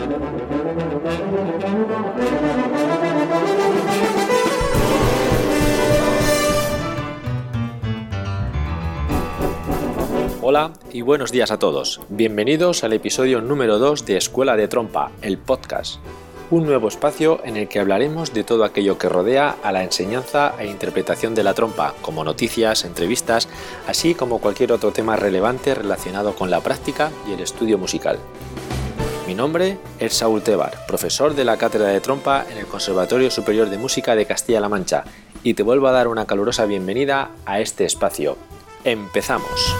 Hola y buenos días a todos. Bienvenidos al episodio número 2 de Escuela de Trompa, el podcast. Un nuevo espacio en el que hablaremos de todo aquello que rodea a la enseñanza e interpretación de la trompa, como noticias, entrevistas, así como cualquier otro tema relevante relacionado con la práctica y el estudio musical. Mi nombre es Saúl Tebar, profesor de la Cátedra de Trompa en el Conservatorio Superior de Música de Castilla-La Mancha, y te vuelvo a dar una calurosa bienvenida a este espacio. ¡Empezamos!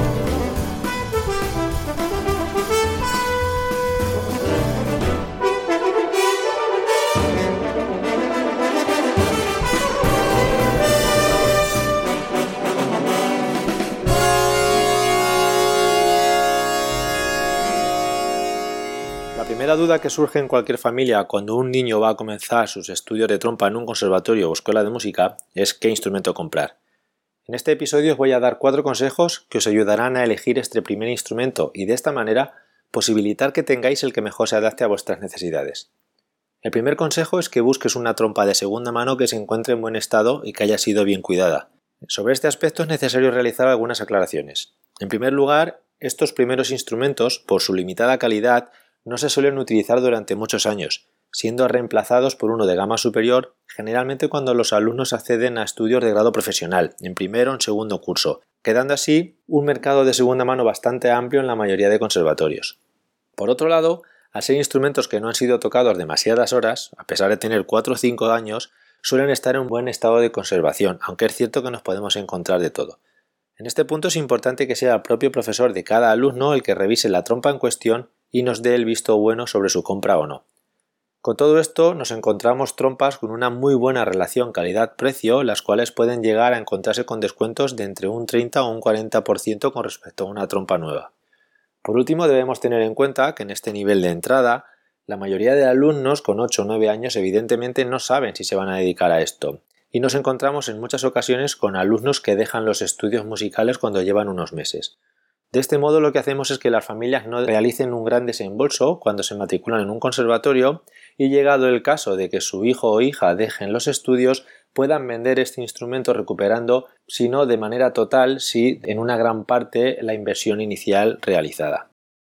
La primera duda que surge en cualquier familia cuando un niño va a comenzar sus estudios de trompa en un conservatorio o escuela de música es qué instrumento comprar. En este episodio os voy a dar 4 consejos que os ayudarán a elegir este primer instrumento y de esta manera posibilitar que tengáis el que mejor se adapte a vuestras necesidades. El primer consejo es que busques una trompa de segunda mano que se encuentre en buen estado y que haya sido bien cuidada. Sobre este aspecto es necesario realizar algunas aclaraciones. En primer lugar, estos primeros instrumentos, por su limitada calidad, no se suelen utilizar durante muchos años, siendo reemplazados por uno de gama superior, generalmente cuando los alumnos acceden a estudios de grado profesional, en primero o en segundo curso, quedando así un mercado de segunda mano bastante amplio en la mayoría de conservatorios. Por otro lado, al ser instrumentos que no han sido tocados demasiadas horas, a pesar de tener 4 o 5 años, suelen estar en buen estado de conservación, aunque es cierto que nos podemos encontrar de todo. En este punto es importante que sea el propio profesor de cada alumno el que revise la trompa en cuestión y nos dé el visto bueno sobre su compra o no. Con todo esto nos encontramos trompas con una muy buena relación calidad-precio, las cuales pueden llegar a encontrarse con descuentos de entre un 30 o un 40% con respecto a una trompa nueva. Por último, debemos tener en cuenta que en este nivel de entrada, la mayoría de alumnos con 8 o 9 años evidentemente no saben si se van a dedicar a esto, y nos encontramos en muchas ocasiones con alumnos que dejan los estudios musicales cuando llevan unos meses. De este modo lo que hacemos es que las familias no realicen un gran desembolso cuando se matriculan en un conservatorio y llegado el caso de que su hijo o hija dejen los estudios puedan vender este instrumento recuperando, si no de manera total, sí en una gran parte la inversión inicial realizada.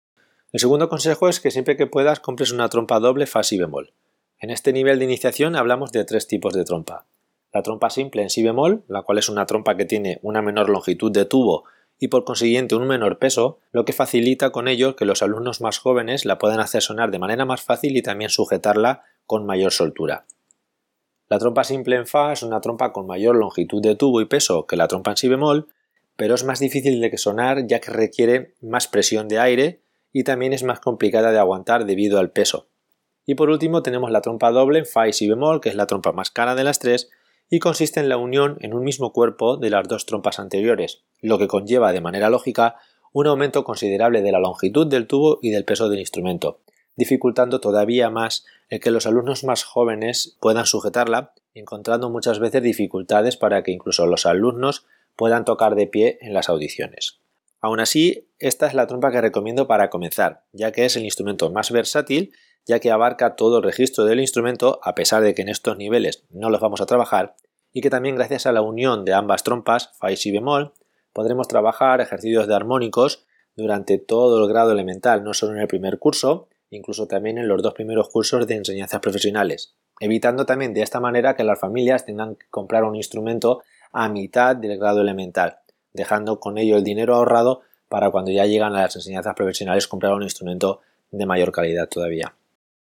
El segundo consejo es que siempre que puedas compres una trompa doble fa si bemol. En este nivel de iniciación hablamos de 3 tipos de trompa. La trompa simple en si bemol, la cual es una trompa que tiene una menor longitud de tubo y por consiguiente un menor peso, lo que facilita con ello que los alumnos más jóvenes la puedan hacer sonar de manera más fácil y también sujetarla con mayor soltura. La trompa simple en fa es una trompa con mayor longitud de tubo y peso que la trompa en si bemol, pero es más difícil de sonar ya que requiere más presión de aire y también es más complicada de aguantar debido al peso. Y por último tenemos la trompa doble en fa y si bemol, que es la trompa más cara de las 3, y consiste en la unión en un mismo cuerpo de las 2 trompas anteriores, lo que conlleva de manera lógica un aumento considerable de la longitud del tubo y del peso del instrumento, dificultando todavía más el que los alumnos más jóvenes puedan sujetarla, encontrando muchas veces dificultades para que incluso los alumnos puedan tocar de pie en las audiciones. Aún así, esta es la trompa que recomiendo para comenzar, ya que es el instrumento más versátil, ya que abarca todo el registro del instrumento, a pesar de que en estos niveles no los vamos a trabajar, y que también gracias a la unión de ambas trompas, fa y si bemol, podremos trabajar ejercicios de armónicos durante todo el grado elemental, no solo en el primer curso, incluso también en los 2 primeros cursos de enseñanzas profesionales, evitando también de esta manera que las familias tengan que comprar un instrumento a mitad del grado elemental, dejando con ello el dinero ahorrado para cuando ya llegan a las enseñanzas profesionales comprar un instrumento de mayor calidad todavía.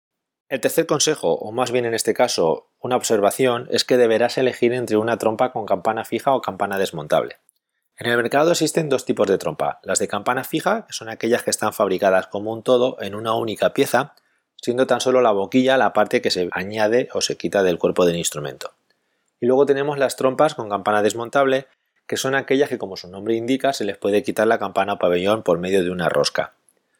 El tercer consejo, o más bien en este caso una observación, es que deberás elegir entre una trompa con campana fija o campana desmontable. En el mercado existen 2 tipos de trompa, las de campana fija, que son aquellas que están fabricadas como un todo en una única pieza, siendo tan solo la boquilla la parte que se añade o se quita del cuerpo del instrumento. Y luego tenemos las trompas con campana desmontable, que son aquellas que, como su nombre indica, se les puede quitar la campana o pabellón por medio de una rosca.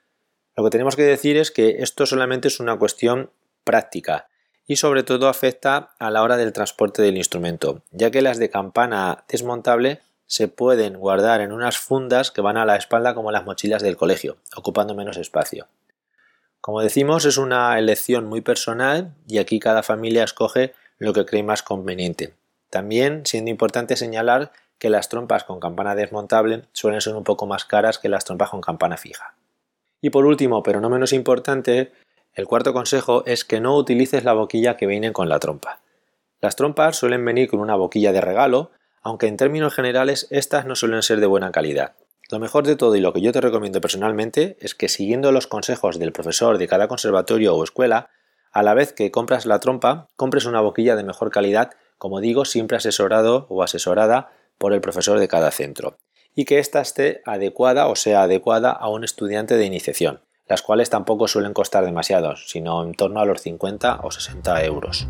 Lo que tenemos que decir es que esto solamente es una cuestión práctica y sobre todo afecta a la hora del transporte del instrumento, ya que las de campana desmontable se pueden guardar en unas fundas que van a la espalda como las mochilas del colegio, ocupando menos espacio. Como decimos, es una elección muy personal y aquí cada familia escoge lo que cree más conveniente. También siendo importante señalar que las trompas con campana desmontable suelen ser un poco más caras que las trompas con campana fija. Y por último, pero no menos importante, el cuarto consejo es que no utilices la boquilla que viene con la trompa. Las trompas suelen venir con una boquilla de regalo, aunque en términos generales estas no suelen ser de buena calidad. Lo mejor de todo y lo que yo te recomiendo personalmente es que siguiendo los consejos del profesor de cada conservatorio o escuela, a la vez que compras la trompa, compres una boquilla de mejor calidad, como digo, siempre asesorado o asesorada por el profesor de cada centro, y que ésta esté adecuada o sea adecuada a un estudiante de iniciación, las cuales tampoco suelen costar demasiado, sino en torno a los 50 o 60 euros.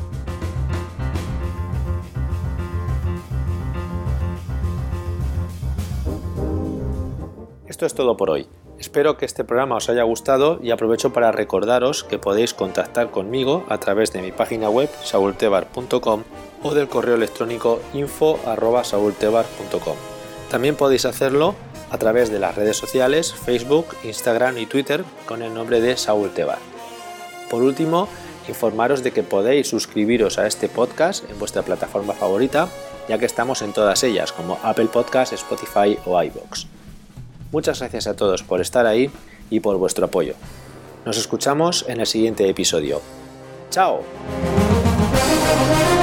Esto es todo por hoy. Espero que este programa os haya gustado y aprovecho para recordaros que podéis contactar conmigo a través de mi página web saultebar.com o del correo electrónico info@saultebar.com. También podéis hacerlo a través de las redes sociales Facebook, Instagram y Twitter con el nombre de Saúl Tebar. Por último, informaros de que podéis suscribiros a este podcast en vuestra plataforma favorita, ya que estamos en todas ellas como Apple Podcasts, Spotify o iVoox. Muchas gracias a todos por estar ahí y por vuestro apoyo. Nos escuchamos en el siguiente episodio. ¡Chao!